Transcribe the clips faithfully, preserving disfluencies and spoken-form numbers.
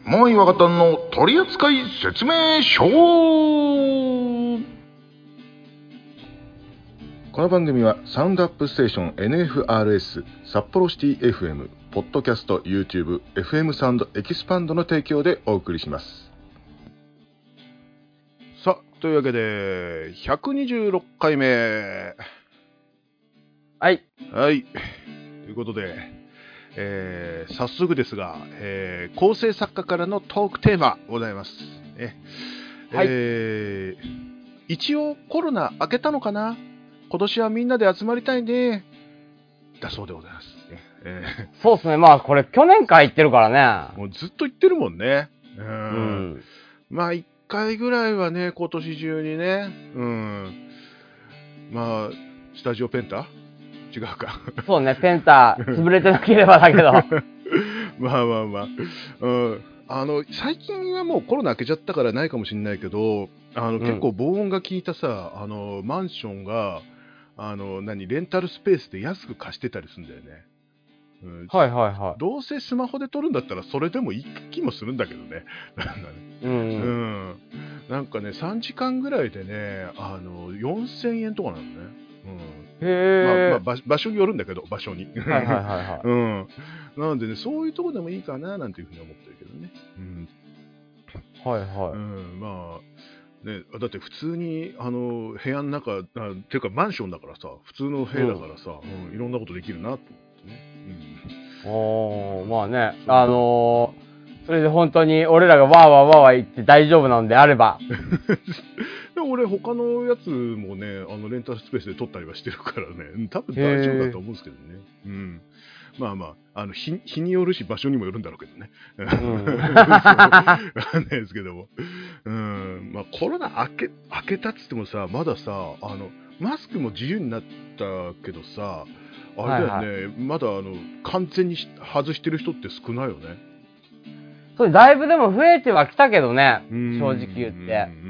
モアイワガタンの取扱説明書。この番組はサウンドアップステーション エヌエフアールエス 札幌シティ エフエム ポッドキャスト YouTube エフエム サウンドエキスパンドの提供でお送りします。さあ、というわけでひゃくにじゅうろっかいめ、 はいはいということで、えー、早速ですが、えー、構成作家からのトークテーマございます、ね。 はい、 えー、一応コロナ明けたのかな、今年はみんなで集まりたいねだそうでございます、えー、そうですね。まあこれ去年から言ってるからね、もうずっと言ってるもんね。うん、うん、まあいっかいぐらいはね、今年中にね、うん、まあスタジオペンタ違うかそうね、ペンタ潰れてなければだけどまあまあまあ、うん、あの最近はもうコロナ明けちゃったからないかもしれないけど、あの、うん、結構防音が効いたさ、あのマンションがあの何レンタルスペースで安く貸してたりするんだよね。うん、 はいはいはい。 どうせスマホで撮るんだったらそれでもいい気もするんだけどね。 うん、うんうん、なんかねさんじかんぐらいでね、あのよんせんえんとかなのね。 うん、へまあまあ、場所によるんだけど、場所に。 はいはいはいはい。 うん。なのでね、そういうとこでもいいかななんていうふうに思ってるけどね。うん。 はいはい。 うん、まあ、ね、だって普通に、あの、部屋の中、あっていうかマンションだからさ、普通の部屋だからさ、うんうん、いろんなことできるなと思ってね。 うん、おー、まあね、あのー、それで本当に俺らがわーわーわーわー言って大丈夫なんであれば。 でも俺他のやつもね、あのレンタルスペースで撮ったりはしてるからね、多分大丈夫だと思うんですけどね。うん。まあまあ、あの 日, 日によるし場所にもよるんだろうけどね。うん、わかんないですけども。うん。まあコロナ明け明けたっつってもさ、まださ、あのマスクも自由になったけどさ、あれだよね、はいはい、まだあの完全に外してる人って少ないよね。 そうだいぶでも増えてはきたけどね、正直言って。 うん、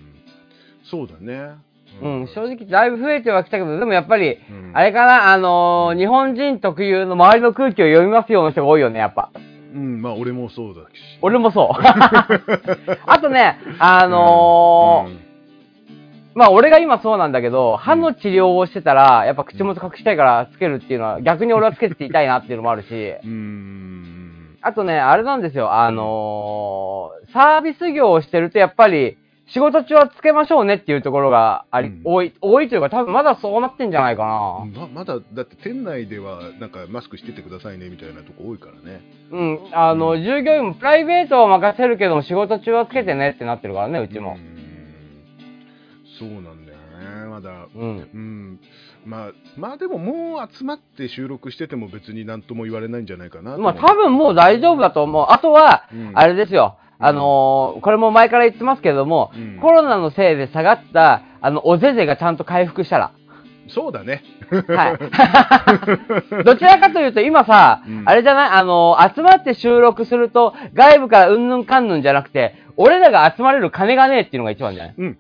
そうだね。 うん、うん、正直だいぶ増えてはきたけど、でもやっぱり、うん、あれかな、あのーうん、日本人特有の周りの空気を読みますような人が多いよね、やっぱ。 うん、まあ俺もそうだし。 俺もそう。あとね、あのー、うんうん、まあ俺が今そうなんだけど、歯の治療をしてたら、やっぱ口元隠したいからつけるっていうのは、逆に俺はつけていたいなっていうのもあるし、うーん、あとね、あれなんですよ、あのー、サービス業をしてるとやっぱり、仕事中はつけましょうねっていうところがあり、うん、多い、多いというか多分まだそうなってんじゃないかな。 ま、まだ、だって店内ではなんかマスクしててくださいねみたいなとこ多いからね。 うん、あの、うん、従業員もプライベートは任せるけども仕事中はつけてねってなってるからね、うちも。うんそうなんだよね、まだ。 うん。うん。 まあ、まあでももう集まって収録してても別に何とも言われないんじゃないかな。 まあ多分もう大丈夫だと思う。あとは、うん、あれですよ。あのー、これも前から言ってますけども、うん、コロナのせいで下がった、あの、おぜぜがちゃんと回復したら。 そうだね。 はい。どちらかというと今さ、うん、あれじゃないあのー、集まって収録すると、外部からうんぬんかんぬんじゃなくて、俺らが集まれる金がねえっていうのが一番じゃない？ うん。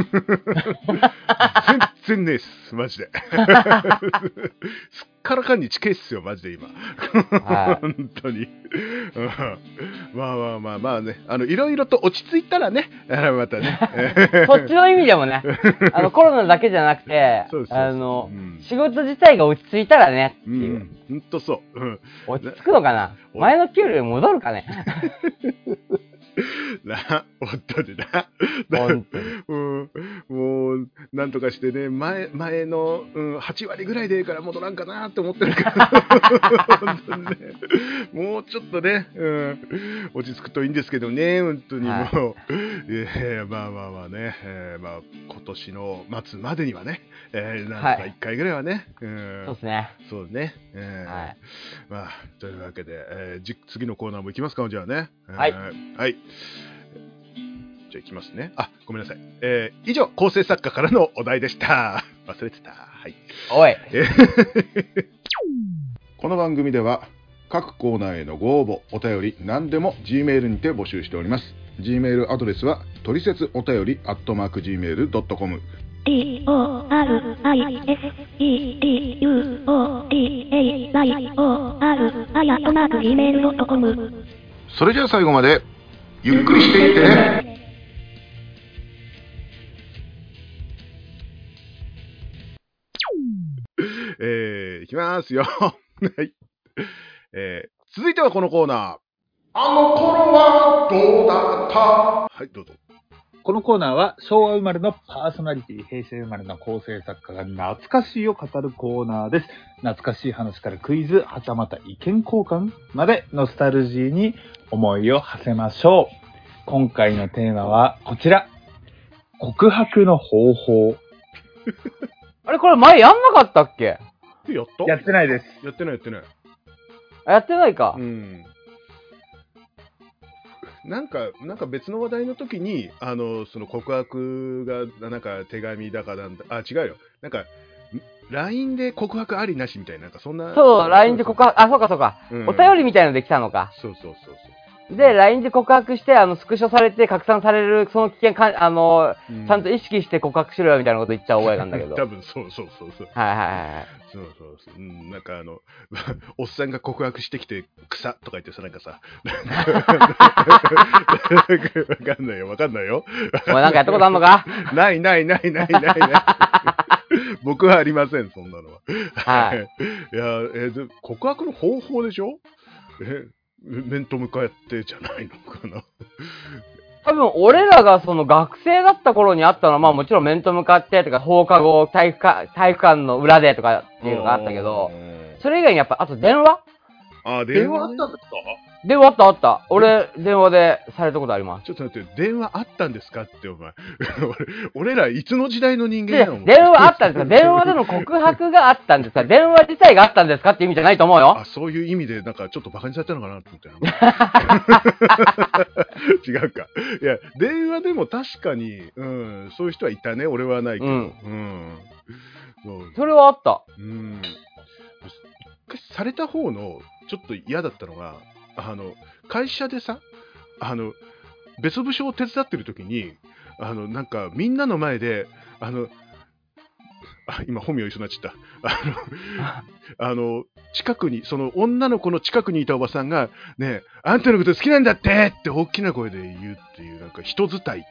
全然ねえっす、マジで。すっからかんに近いっすよ、マジで今。はい、本当に。まあまあまあまあね、あのいろいろと落ち着いたらね、またね。 そっちの意味でもね、あのコロナだけじゃなくて、そうそうそう、あの、うん、仕事自体が落ち着いたらねっていう。 本、う、当、ん、そう、うん。 落ち着くのかな？前の給料に戻るかね？ な、本当にな。本当に。うん、もう、なんとかしてね、前、前の、うん、はちわりぐらいでいいから戻らんかなって思ってるから。本当にね。もうちょっとね、うん、落ち着くといいんですけどね、本当にもう。はい、えー、まあまあまあね、えー、まあ、今年の末までにはね、えー、なんとかいっかいぐらいはね。はい、うん、そうですね。そうね。えー、はい。まあ、というわけで、えー、次のコーナーもいきますか、じゃあね。 はい。 はい。じゃあいきますね。あ、ごめんなさい。えー、以上、構成作家からのお題でした。忘れてた。はい。 おい。 この番組では、各コーナーへのご応募、お便り、何でも Gmail にて募集しております。Gmail アドレスは、トリセツお便り、アットマーク ジーメールドットコム。 t o r i s e t u o t a y o r あやとマーク ジーメールドットコムそれじゃあ最後までゆっくりしていってね。えー、いきますよ。はい。えー、続いてはこのコーナー。あの頃はどうだった？はい、どうぞ。 このコーナーは昭和生まれのパーソナリティ、平成生まれの構成作家が懐かしいを語るコーナーです。懐かしい話からクイズ、はたまた意見交換までノスタルジーに思いを馳せましょう。今回のテーマはこちら。告白の方法。 あれこれ前やんなかったっけ？ やった？ やってないです。 やってないやってない。 あ、やってないか。 うん。なんか、なんか別の話題の時に、あの、その告白が、なんか手紙だかなんだ、あ、違うよ。なんか、ライン で告白ありなしみたいな、なんかそんな。 そう、ライン で告白、あ、そうかそうか。うん、お便りみたいので来たのか。 そうそうそうそう。 で、ライン で告白して、あの、スクショされて拡散される、その危険か、あの、うん、ちゃんと意識して告白しろよみたいなこと言っちゃう覚えなんだけど。 多分そうそうそうそう。 はいはいはい。 そうそうそう。うん、なんかあの、おっさんが告白してきて、草とか言ってさ、なんかさ、わかんないよ、わかんないよ。 お前なんかやったことあんのか？ ないないないないないない。僕はありません、そんなのは。 はい。 いや、えー、告白の方法でしょ？え面と向かってじゃないのかな。 多分俺らがその学生だった頃にあったのは、まあもちろん面と向かってとか放課後体育館、体育館の裏でとかっていうのがあったけど、それ以外にやっぱ、あと電話？ あ、電話あったんですか？ 電話あったあった。俺、電話でされたことあります。 ちょっと待って、電話あったんですかって、お前。俺らいつの時代の人間なの？ 電話あったんですか？電話での告白があったんですか？電話自体があったんですかって意味じゃないと思うよ。 あ、そういう意味で、なんかちょっとバカにされたのかなと思って。違うか。いや、電話でも確かに、うん、そういう人はいたね。俺はないけど。うん。うん、 そう。それはあった。 うん。された方の、ちょっと嫌だったのが、あの会社でさ、あの別部署を手伝ってる時に、あのなんかみんなの前で、あのあ今本名一緒になっちゃった。あのあの近くにその女の子の近くにいたおばさんがね、あんたのこと好きなんだってって大きな声で言うっていう、なんか人伝いっていう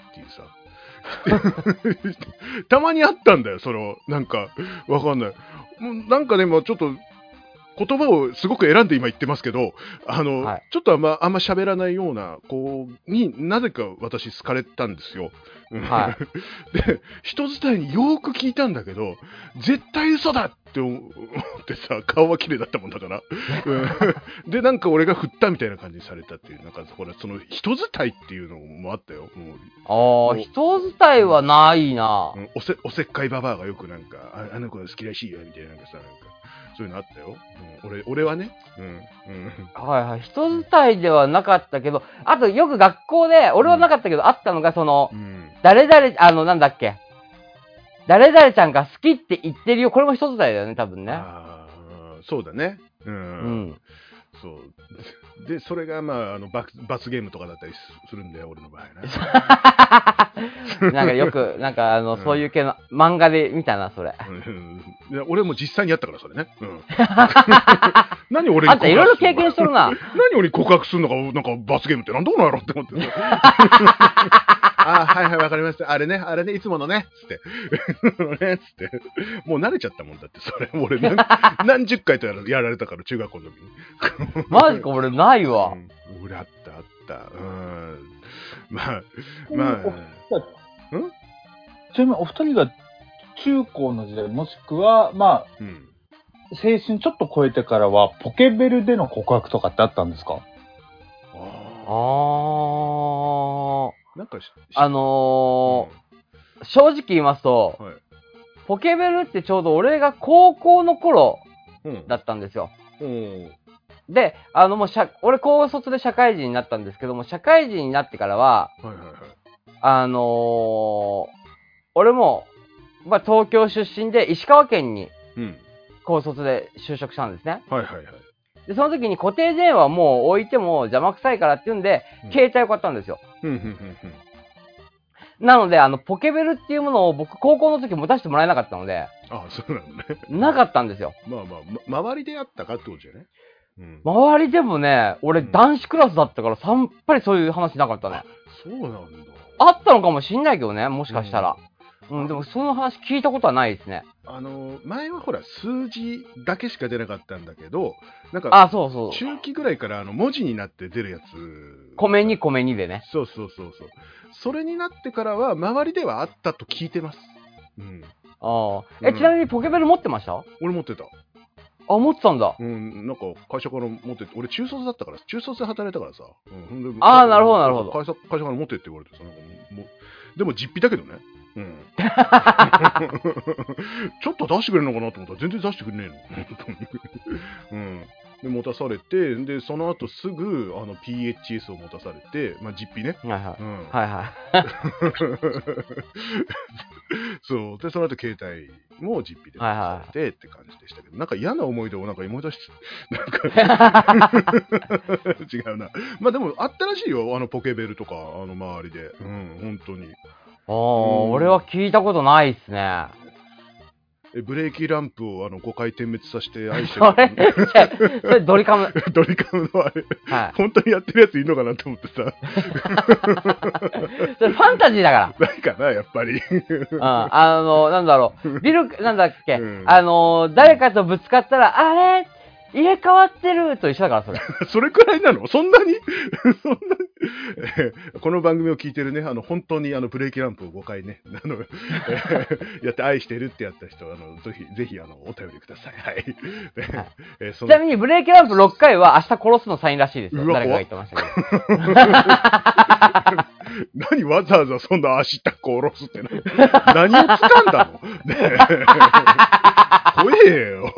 さ。たまにあったんだよ、そのなんかわかんない。もうなんかでもちょっと。言葉をすごく選んで今言ってますけど、あの、はい、ちょっとあんま、あんま喋らないような子になぜか私好かれたんですよ。はい、で、人伝いによーく聞いたんだけど、絶対嘘だって思ってさ、顔は綺麗だったもんだから。で、なんか俺が振ったみたいな感じにされたっていう、なんかほら、その人伝いっていうのもあったよ。 もうああ、人伝いはないな、 うん、おせ。おせっかいババアがよくなんか、あ, あの子が好きらしいよみたいな、なんかさ、なんかそういうのあったよ。うん、俺, 俺はね、うんうん、 はいはい。人伝いではなかったけど、あとよく学校で、俺はなかったけど、うん、あったのが、その、うん、誰々、あの、なんだっけ、誰々ちゃんが好きって言ってるよ。これも人伝いだよね、多分ね。ああ、そうだね。うん。うん、そう。で、それが、まあ、あの罰、罰ゲームとかだったりするんだよ、俺の場合ね。なんかよく、なんかあの、うん、そういう系の漫画で見たな、それ。 うん、いや俺も実際にやったから、それね。うん、何俺に告白するの？ あんたいろいろ経験しとるな。 何俺に告白するのか、なんか罰ゲームってなんどうなんやろって思ってさ。あ、はいはい、わかりました。あれね、あれね、いつものね、つって。ね、つって。もう慣れちゃったもんだって、それ。俺何、何十回とやられたから、中学校の時に。 マジか、俺ないわ。うん、 俺あったあった。うん。まあ、まあ。んちなみにお二人が中高の時代、もしくは、まあ、うん、青春ちょっと超えてからは、ポケベルでの告白とかってあったんですか？ ああ。 なんかあのーうん、正直言いますと、はい、ポケベルってちょうど俺が高校の頃だったんですよ。うん、で、あのもうしゃ俺高卒で社会人になったんですけども、社会人になってからは、はいはいはい、あのー、俺も、まあ、東京出身で石川県に高卒で就職したんですね。 はいはいはい。 で、その時に固定電話もう置いても邪魔くさいからっていうんで、うん、携帯を買ったんですよ。うんうんうんうん、なので、あの、ポケベルっていうものを僕、高校の時持たせてもらえなかったので、 ああ、そうなのね。 なかったんですよ。 まあまあ、ま、周りであったかってことじゃね。 うん、 周りでもね、俺男子クラスだったからさっぱりそういう話なかったね。 そうなんだ。 あったのかもしんないけどね、もしかしたら。うん、うん、でもその話聞いたことはないですね。 あの前はほら数字だけしか出なかったんだけど、なんかあ、そうそう。 中期ぐらいからあの文字になって出るやつ。 米に米にでね。 そうそうそうそう。それになってからは周りではあったと聞いてます。うん。 ああ。え、うん、ちなみにポケベル持ってました？ 俺持ってた。 あ、持ってたんだ。 うん、なんか会社から持ってて、俺中卒だったから、中卒で働いたからさ。 うん、ああ、なるほどなるほど。 会社会社から持ってって言われてさ、なんかもうでも実費だけどね。うん、ちょっと出してくれるのかなと思ったら全然出してくれねえの。本当に。うん。で持たされて、でその後すぐあの ピーエイチエス を持たされて、まあ実費ね。 はいはい。 うん、 はいはい。 そうでその後携帯も実費で持たされてって感じでしたけど、なんか嫌な思い出をなんか思い出して、なんか違うな。まあでもあったらしいよ、あのポケベルとかあの周りで、うん、本当に。 ああ、うん、俺は聞いたことないっすね。 えブレーキランプをあのごかい点滅させて愛してる。それドリカム。 ドリカムのあれ、はい、本当にやってるやついるのかなと思ってさ。 それファンタジーだから。 ないかな、やっぱり。 うん、あの、なんだろう。ビル、なんだっけ、うん、あの、誰かとぶつかったら、あれ入れ替わってると一緒だから、それ。 それくらいなの？そんなにそんなにこの番組を聞いてるね、あの、本当にあの、ブレーキランプをごかいね、あの、やって愛してるってやった人、あの、ぜひ、ぜひ、あの、お便りください。はい。 はいえー、ちなみに、ブレーキランプろっかいは明日殺すのサインらしいですよ。誰かが言ってましたけど。 何わざわざそんな明日殺すってな。何を掴んだのねえ。怖えよ。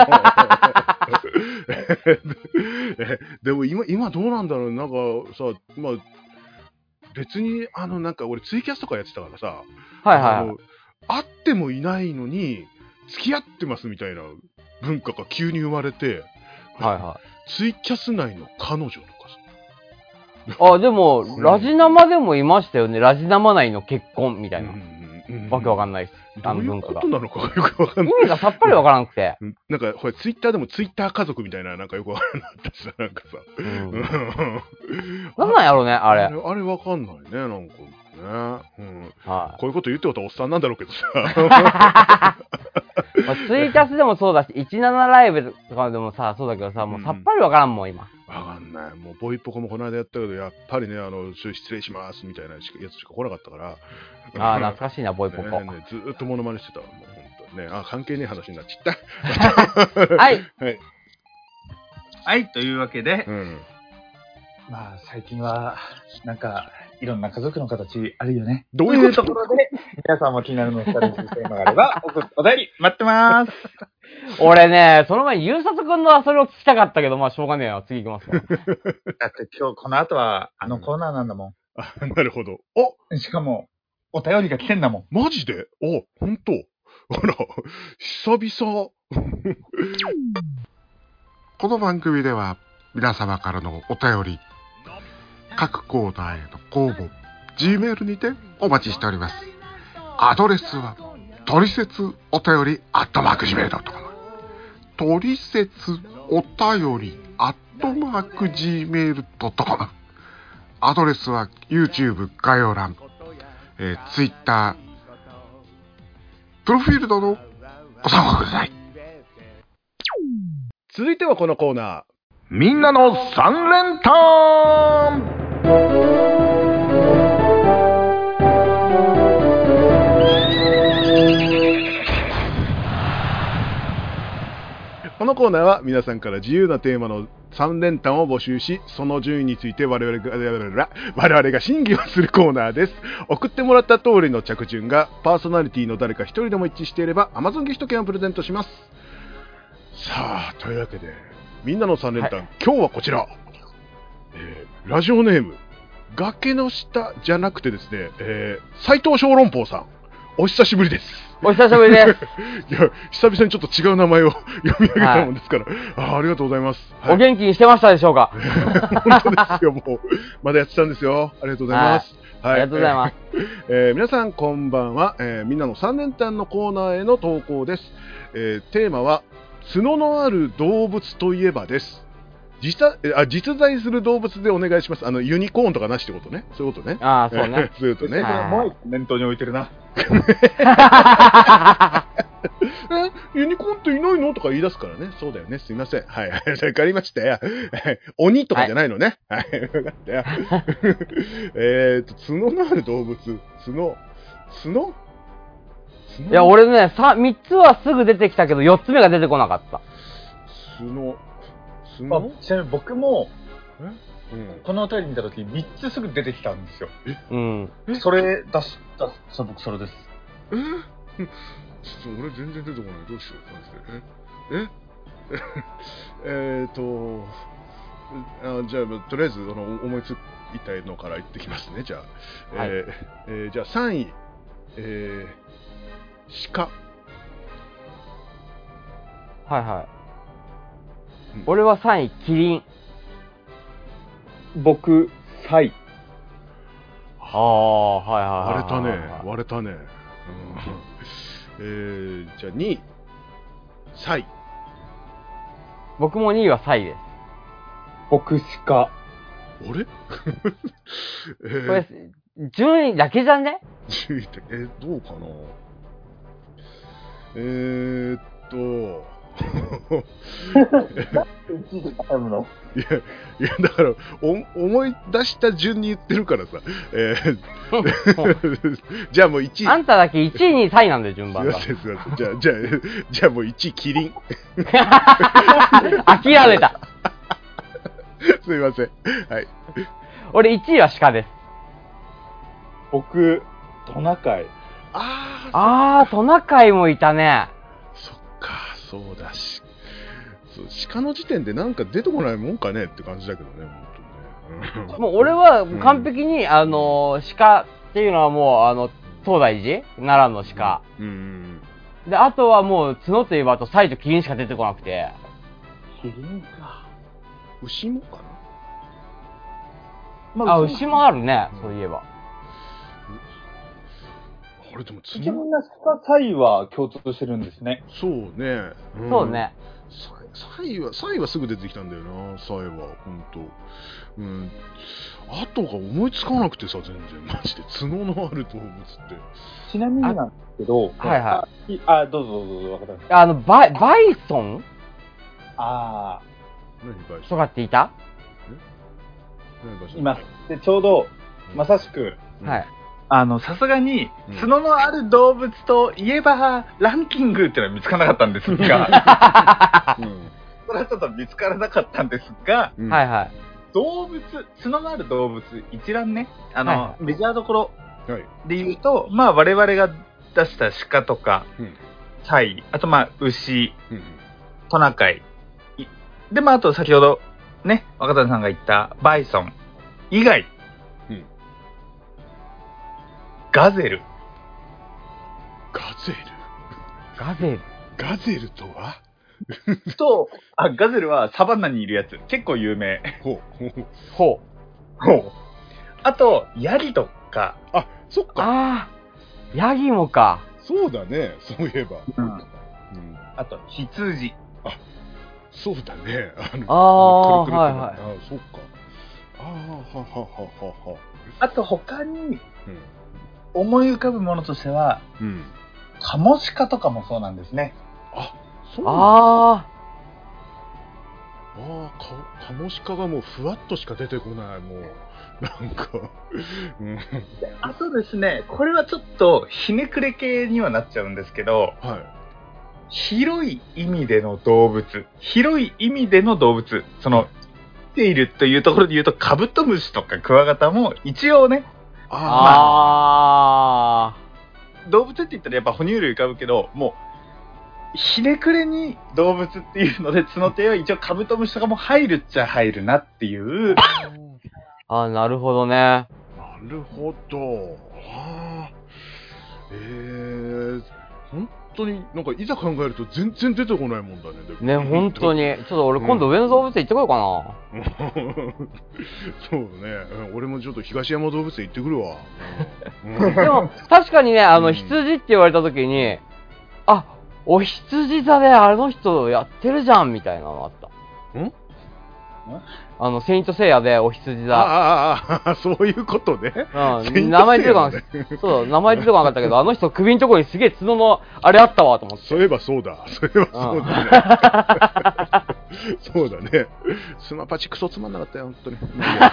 でも今、今どうなんだろう、なんかさ、まあ、別に、あの、なんか俺ツイキャスとかやってたからさ、 はいはい、はい、 会ってもいないのに、付き合ってますみたいな文化が急に生まれて、 はいはい、 ツイキャス内の彼女とかさ。あ、でも、うん、ラジ生でもいましたよね。ラジ生内の結婚みたいな。うんうんうん、わけわかんないです。あの文化が。 どういうことなのかよくわかんない。 意味がさっぱりわからなくて。 なんか、これツイッターでもツイッター家族みたいな、なんかよくわからなかったしさ、なんかさ。うん、 なんなんやろうね、あれ。 あれ、あれわかんないね、なんかね。うん。 はい、 こういうこと言ってことはおっさんなんだろうけどさ。 まあ、ツイキャスでもそうだし、じゅうななライブとかでもさ、そうだけどさ、もうさっぱりわからんもん、今。 わかんない。もう、ボイポコもこの間やったけど、やっぱりね、あの、失礼しますみたいなやつしか来なかったから。 ああ、懐かしいな、ボイポコ。 ねね、ずーっとモノマネしてたわ、もう本当ね。あ、関係ねえ話になっちゃった。 はい。 はい。 はい、というわけで、 うん、 まあ、最近は、なんか、いろんな家族の形あるよね。 どういうところで、皆さんも気になるのをスタルジーテーマがあれば、お便り待ってまーす。 俺ね、その前にゆうさとくんのそれを聞きたかったけど、まあしょうがねえよ。次行きますか。 だって今日この後はあのコーナーなんだもん。 あ、なるほど。おしかも、お便りが来てんだもん。 マジで？お、ほんと？あら、久々。この番組では皆様からのお便り、各コーナーへの公募、Gmail にてお待ちしております。アドレスは、トリセツお便りアットマーク ジーメールドットコム。トリセツお便りアットマーク ジーメールドットコム。アドレスは YouTube 概要欄、えー、Twitter、プロフィールドのご参考ください。続いてはこのコーナー。みんなの三連単。このコーナーは皆さんから自由なテーマのさん連単を募集し、その順位について我々が我々が審議をするコーナーです。送ってもらった通りの着順がパーソナリティの誰か一人でも一致していれば Amazon ギフト券をプレゼントします。さあ、というわけでみんなのさん連単、はい、今日はこちら、えー、ラジオネーム崖の下じゃなくてですね、えー、斉藤小籠包さん、お久しぶりです。 お久しぶりです。 いや、久々にちょっと違う名前を読み上げたもんですから、はい、あ, ありがとうございます、 はい。お元気にしてましたでしょうか？ 本当ですよ、もうまだやってたんですよ。ありがとうございます。 はいはい、ありがとうございます。 えー、皆さんこんばんは、えー。みんなのさん連単のコーナーへの投稿です。えー、テーマは角のある動物といえばです。 実在あ実在する動物でお願いします。あのユニコーンとかなしってことね。そういうことね。 ああ、そうね。 そういうことね。 はいもう一個念頭に置いてるな。 え、ユニコーンっていないのとか言い出すからね。そうだよね。すいません。はい。わかりましたよ。鬼とかじゃないのね。はい。わかったよ。えっと、角のある動物。角。角いや、俺ね、みっつはすぐ出てきたけど、よっつめが出てこなかった。 角。 あ、ちなみに僕も、 え、うん、 この辺り見たときみっつすぐ出てきたんですよ。 えうん。 それ出し、出した僕それです。 えちょっと俺全然出てこない。どうしよう。マジで。えええーとあ、じゃあ、とりあえずあの思いついたのから言ってきますね、じゃあ。はい、えーえー、じゃあさんい、えー、鹿。 はいはい。うん、俺はさんい、キリン。 僕、サイ。 ああ、はいはいはい。 割れたね、割れたね。うん、えー、じゃあにい、サイ。 僕もにいはサイです。 僕、鹿。 あれえー、 これ、順位だけじゃね？ 順位だけ、えー、どうかな。えーっと、いや、いやだからお思い出した順に言ってるからさ、えー、じゃあもういちい。 あんただけいちいにさいなんだよ、順番が。 すいません、すいません。じゃあ、じゃあ、じゃあもういちい、キリン。 諦めた。 すいません。はい。 俺いちいは鹿です。 僕、トナカイ。 あー、あー、トナカイもいたね。 そっか、そうだし。そう鹿の時点でなんか出てこないもんかねって感じだけどね、本当にね。 もう俺は完璧に、うん、あの鹿っていうのはもうあの東大寺奈良の鹿、うんうんうん、であとはもう角といえばあとサイとキリンしか出てこなくて。 キリンか。 牛もかな、 まあ、あ牛もあるね、うん、そういえば。 あれでもみんな鹿サイは共通してるんですね。 そうね、 うん、そうね。 サイは、サイはすぐ出てきたんだよな、サイは、ほんと。うん。あとが思いつかなくてさ、全然、マジで。角のある動物って。 ちなみになんですけど、 はいはい。 あ、どうぞどうぞ、わかりました。 あの、バイ、バイソンああ。 何バイソンとかっていた？ え何バイソンいます。で、ちょうど、まさしく、 うん、はい。 あの、さすがに、角のある動物といえば、ランキングっていうのは見つからなかったんですが、うん、それはちょっと見つからなかったんですが、 うん、はいはい。 動物、角のある動物一覧ね、あの、はい、メジャーどころで言うと、はい、まあ我々が出した鹿とか、うん、サイ、あとまあ牛、うん、トナカイ、でまああと先ほどね、若田さんが言ったバイソン以外、ガゼル。 ガゼルガゼルガゼルとはと、あ、ガゼルはサバンナにいるやつ。結構有名。 ほう。ほう。 ほう。あと、ヤギとか。 あ、そっか。 ああ、ヤギもか。 そうだね、そういえば。うん。うん、 あと、羊。 あ、そうだね。 あの、ああ、くるくるはいはい。あ、そっか。ああ、ははははは。 あと、他に、うん、思い浮かぶものとしては、うん、カモシカとかもそうなんですね。 あ、そうなんだ。 ああ。 ああ、カモシカがもうふわっとしか出てこない、もう。なんか、うん。 あとですね、これはちょっとひねくれ系にはなっちゃうんですけど、はい。広い意味での動物、広い意味での動物、その、生きているというところで言うと、カブトムシとかクワガタも一応ね、 あ、あ、 まあ、動物って言ったらやっぱ哺乳類浮かぶけど、もうひねくれに動物っていうので角手は一応カブトムシとかも入るっちゃ入るなっていう。 あ、なるほどね。 なるほど。あ、えー、本当になんかいざ考えると全然出てこないもんだね。 ね、本当に。ちょっと俺今度上野動物園行ってこようかな。 そうね。俺もちょっと東山動物園行ってくるわ。 でも確かにね、あの羊って言われた時に、あ、お羊座であの人やってるじゃんみたいなのあった。 ん？ あの、セイントセイヤでお羊だ。 ああ、ああ、そういうことね。 うん、名前出てこなかった。そう、名前出てこなかったけど、あの人首のところにすげえ角のあれあったわと思って。 そういえばそうだ。そういえばそうだね。そうだね。スマパチクソつまんなかったよ、本当に。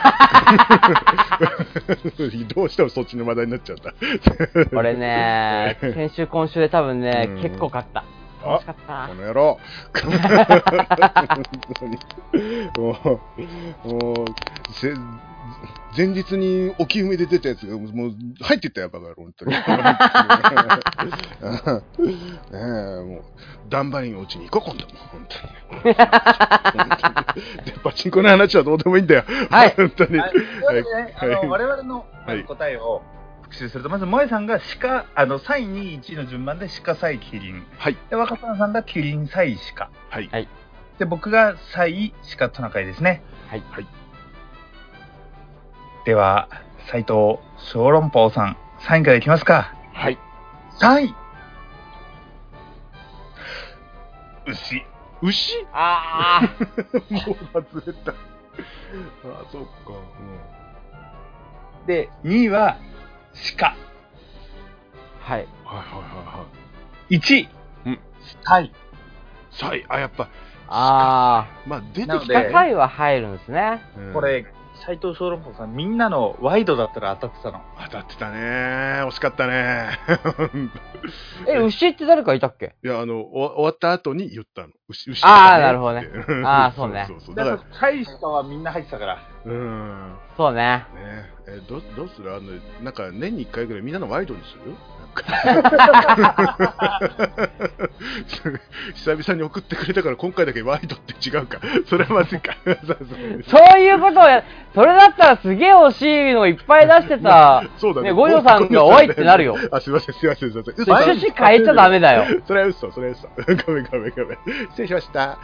どうしてもそっちの話題になっちゃった。 俺ね、先週今週で多分ね、 うん結構勝った。楽しかったこの野郎。もう、もうせ前日に置き埋めで出たやつがもう入ってったよ、バカ野郎、本当に。ねえ、もう、ダンバリン落ちに行こう、今度も、本当に。で、パチンコの話はどうでもいいんだよ。 はい。 本当に。 はい、というわけでね、あの、我々の答えを復習すると、まず、萌えさんが鹿、あの、さい、にい、いちいの順番で鹿、さい、キリン。 はい。 で、若狭さんがキリン、さい、鹿。 はい。 はい。 で、僕がさい、鹿、トナカイですね。 はい。 はい。 では、斉藤小籠包さん、さんいからいきますか。 はい。 さんい。牛。 牛ああ。 もう外れた。ああ、そっか。 うん、で、にいは鹿。 はい。 はいはいはいはい。 いちい。 うん。 サイ。 サイ、あ、やっぱ。 ああ。 まあ、出てきた。 たサイは入るんですね。 うん、 これ、斉藤小籠包さん、みんなのワイドだったら当たってたの。 当たってたね。惜しかったね。 え、牛って誰かいたっけ？ いや、あの、終わった後に言ったの。牛、牛、 ね。ああ、なるほどね。ああ、そうね。 そうそうそう。 だから、サイシカはみんな入ってたから。 うん。 そうね。 ねえ、ど、どうする？あの、なんか、年にいっかいぐらいみんなのワイドにする？久々に送ってくれたから今回だけワイドって違うか。それはまずいか。 そういうことをや、それだったらすげえ惜しいのいっぱい出してた。 そうだね。 五条さんがおいってなるよ。 あ、すいません、すいません、すいません。 嘘。趣旨変えちゃダメだよ。 それは嘘、それは嘘。ごめん、ごめん、ごめん。失礼しました。はい。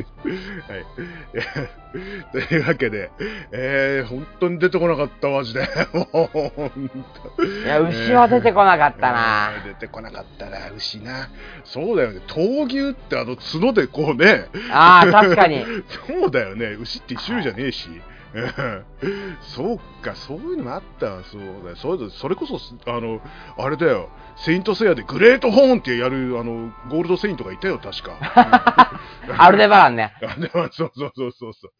というわけで、えー、本当に出てこなかった、マジで。 いや、牛は出てこなかったな。 出てこなかったな、牛な。そうだよね。闘牛ってあの角でこうね。 ああ、確かに。 そうだよね。牛って一種類じゃねえし。そうか、そういうのもあったわ。そうだよ。それ、それこそ、あの、あれだよ。セイントセイヤでグレートホーンってやる、あの、ゴールドセイントがいたよ、確か。 アルデバランね。 そうそうそうそうそう。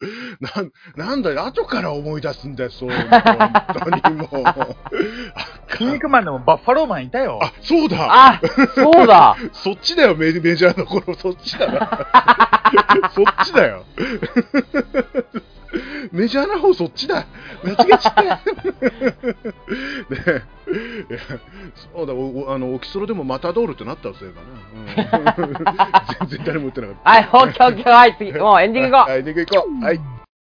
な、なんだよ、後から思い出すんだよ、そう。本当にもう。 筋肉マンでもバッファローマンいたよ。 あ、そうだ。 あ、そうだ。 そっちだよ、メ、メジャーの頃、そっちだな。そっちだよ。メジャーな方そっちだ。間違えちゃったよ。ね、そうだ、おあのオキソロでもマタドールってなったせいかな。うん、全然誰も言ってなかった。 はい、オッケーオッケー、はい、次、もうエンディング行こう。 はい、エンディング行こう。はい。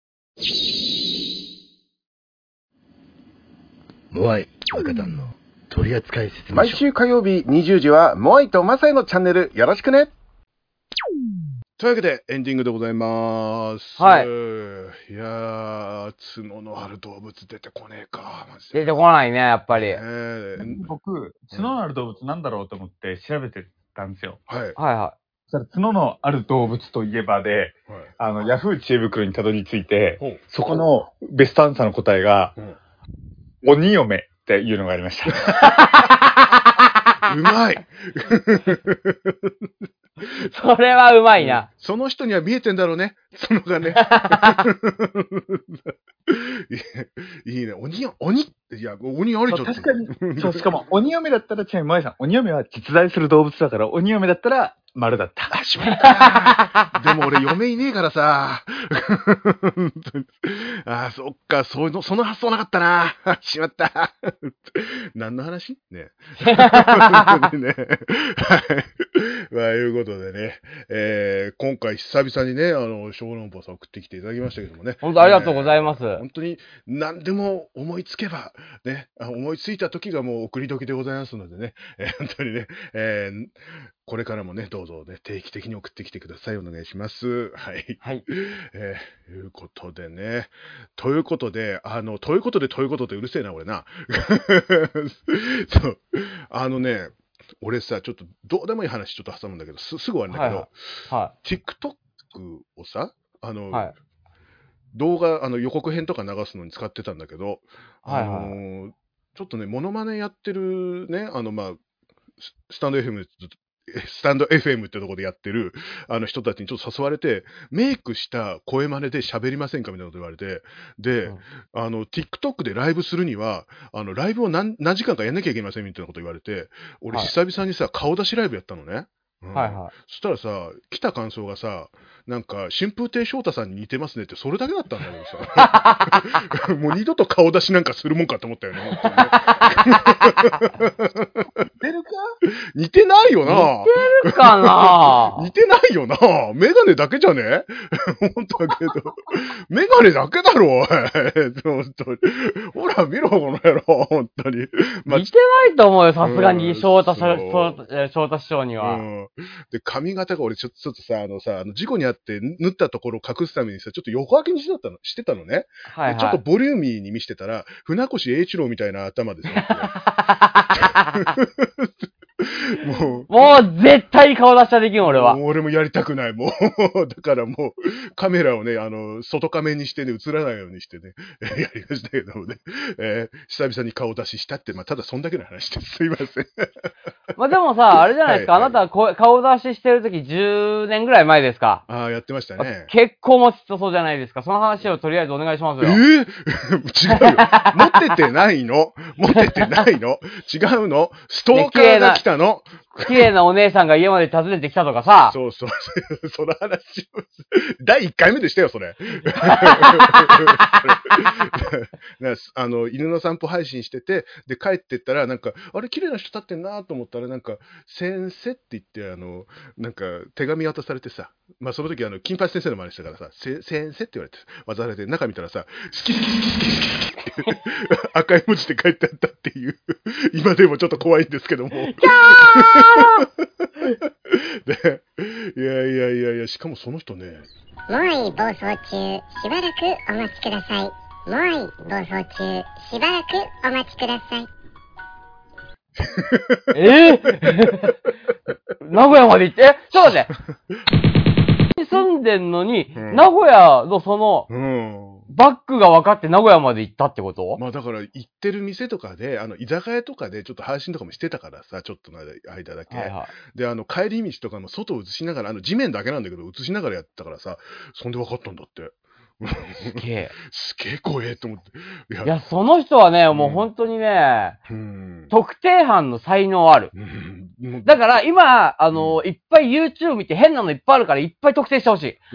モアイ若旦の取扱説明書。 毎週火曜日にじゅうじはモアイとマサイのチャンネルよろしくね。というわけでエンディングでございます。 はい。 いやー、角のある動物出てこねえか。マジで出てこないね、やっぱり。えー、僕、角のある動物なんだろうと思って調べてたんですよ。 はい。はいはい。 そしたら角のある動物といえばで、はい、あの、ヤフー知恵袋にたどり着いて、そこのベストアンサーの答えが、鬼嫁っていうのがありました。 うまいそれはうまいな。 その人には見えてんだろうね。そのがね。いいね。鬼よ、鬼いや、鬼ありちょっと。 確かに。そう、しかも鬼嫁だったら、ちなみに萌さん、鬼嫁は実在する動物だから、鬼嫁だったら丸だった。 あ、しまったでも俺嫁いねえからさ。あ、そっか、そういうの、その発想なかったな。しまった。何の話ね。ね。はい。まあ、いうことでね、えー、今回久々にね、あの、小籠包さん送ってきていただきましたけどもね。 本当ありがとうございます。えー、 本当に何でも思いつけば、ね、思いついた時がもう送り時でございますのでね、えー、本当にね、えー、これからもね、どうぞね、定期的に送ってきてください。お願いします。はい。 はい。 えー、いうことでね、ということで、あの、ということで、ということで、うるせえな、俺な。そう、あのね、俺さ、ちょっとどうでもいい話ちょっと挟むんだけど、す, すぐ終わるんだけど、 はいはい、 TikTok をさ、あの、 はい、 動画、あの予告編とか流すのに使ってたんだけど、 はいはいあのーちょっとね、モノマネやってるね、あの、まあ、ススタンド エフエム、スタンド エフエムってところでやってるあの人たちにちょっと誘われて、メイクした声真似で喋りませんかみたいなこと言われて、で、 うん、 あの、TikTok でライブするには、あの、ライブを何何時間かやんなきゃいけませんみたいなこと言われて、俺、 はい久々にさ、顔出しライブやったのね。うん、 はいはい。 そしたらさ、来た感想がさ、なんか、春風亭昇太さんに似てますねって、それだけだったんだけどさ、もう二度と顔出しなんかするもんかと思ったよね、本当にね。 出るか似てないよな。 似てるかな似てないよな。メガネだけじゃね本当だけど。メガネだけだろ、おい。本当に。ほら、見ろ、この野郎、本当に。まあ似てないと思うよ、さすがうんに、翔太しそう翔太えー翔太師匠には。 うんで、髪型が俺ちょっと、ちょっとさ、あのさ、あの事故にあって縫ったところを隠すためにさ、ちょっと横分けにしてたの、してたのね。 はいでちょっとはい。 ボリューミーに見せてたら、船越英一郎みたいな頭でさ、もう、 もう絶対顔出しちゃできん、俺はも。う俺もやりたくない、もう。だからもう、カメラをね、あの、外カメにしてね、映らないようにしてね、やりましたけどもね、えー久々に顔出ししたって、まあ、ただそんだけの話です。すいません。 まあでもさ、あれじゃないですか、 はいはいあなたはこう顔出ししてるときじゅうねんぐらい前ですか。 ああ、やってましたね。 結構もちっとそうじゃないですか。その話をとりあえずお願いしますえよ。 ー、違うよ。持っててないの持っててないの違うのストーカーが来たの、 綺麗なお姉さんが家まで訪ねてきたとかさ。 そうそう、その話を、だいいっかいめでしたよ、それ。なあの、犬の散歩配信してて、で、帰ってったら、なんか、あれ、綺麗な人立ってんなと思ったら、なんか、先生って言って、あの、なんか、手紙渡されてさ、まあ、その時、あの、金八先生の真似したからさ、せ先生って言われて、渡されて、中見たらさ、好き好き好き好き好きって赤い文字で書いてあったっていう、今でもちょっと怖いんですけども。で、いやいやいやいや、しかもその人ね、 もうい暴走中、しばらくお待ちください。もうい暴走中、しばらくお待ちください。 えー、名古屋まで行って、え、ちょっと待って。住んでんのに、 うん名古屋のその、 うん。 バックが分かって名古屋まで行ったってこと？ まあだから行ってる店とかで、あの、居酒屋とかでちょっと配信とかもしてたからさ、ちょっとの間だけ。 はいはい。 で、あの、帰り道とかも外を映しながら、あの、地面だけなんだけど、映しながらやってたからさ、そんで分かったんだって。 すげえ。 すげえ怖えと思って。いや、 いや、その人はね、もううん本当にね、 うん。 特定班の才能ある。 うんもうだから今、あの、 うんいっぱい YouTube 見て変なのいっぱいあるからいっぱい特定してほしい。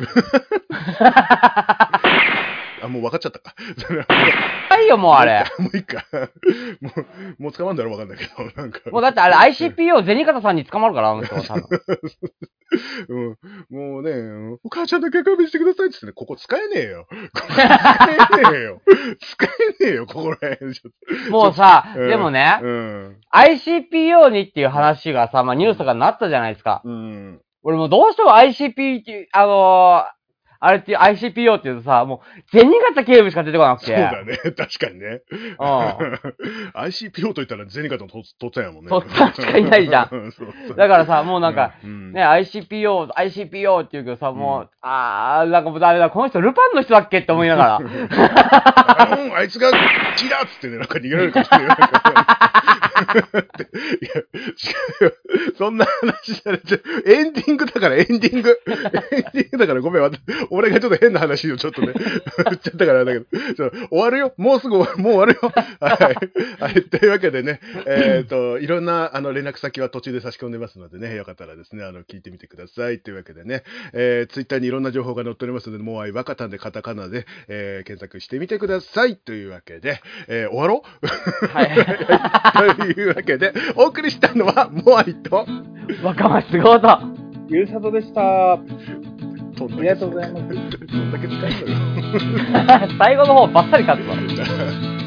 あ、もう分かっちゃったか。それははいよ、もうあれ。 もういいか。もう、もう捕まんだろ分かんないけど、なんか。 もうだってあれ アイシーピーオー 銭形さんに捕まるから、あの人は多分。 うん、もうね、お母ちゃんだけ勘弁してくださいって言ってね、ここ使えねえよ。ここ使えねえよ。使えねえよ、ここら辺。 もうさ、 うんでもね、 うん。 アイシーピーオー にっていう話がさ、まあニュースとかになったじゃないですか。 うん。 俺もうどうしても アイシーピー っていう、あのー、あれっていう アイシーピーオー っていうとさ、もう、銭形警部しか出てこなくて。 そうだね。確かにね。 うん。 アイシーピーオー と言ったらゼニカとととっつぁんやもんね。 とっつぁんしかいないじゃんそうそうだからさ、もうなんか、 うんね、アイシーピーオー、アイシーピーオー って言うけどさ、もう、あー、なんかもうダメだ、この人ルパンの人だっけって思いながら。 あうんあいつが血だっつってね、なんか逃げられるかもしれない。なんかいや、違うよ。そんな話じゃない。エンディングだから、エンディング。エンディングだから、ごめん。俺がちょっと変な話をちょっとね、言っちゃったからだけど、ちょ終わるよ。もうすぐ終わる、もう終わるよ。はい。はい。というわけでね、えっと、いろんな、あの、連絡先は途中で差し込んでますのでね、よかったらですね、あの、聞いてみてください。というわけでね、えー、ツイッターにいろんな情報が載っておりますので、もうあいわかたんでカタカナで、えー、検索してみてください。というわけで、えー、終わろうはい。 というわけで、お送りしたのは、モアイと、 若松剛と。 ゆうさとでした。あどんだけりがとうございます。 どんだけ使えるのよ。 最後の方バッサリ勝つわ。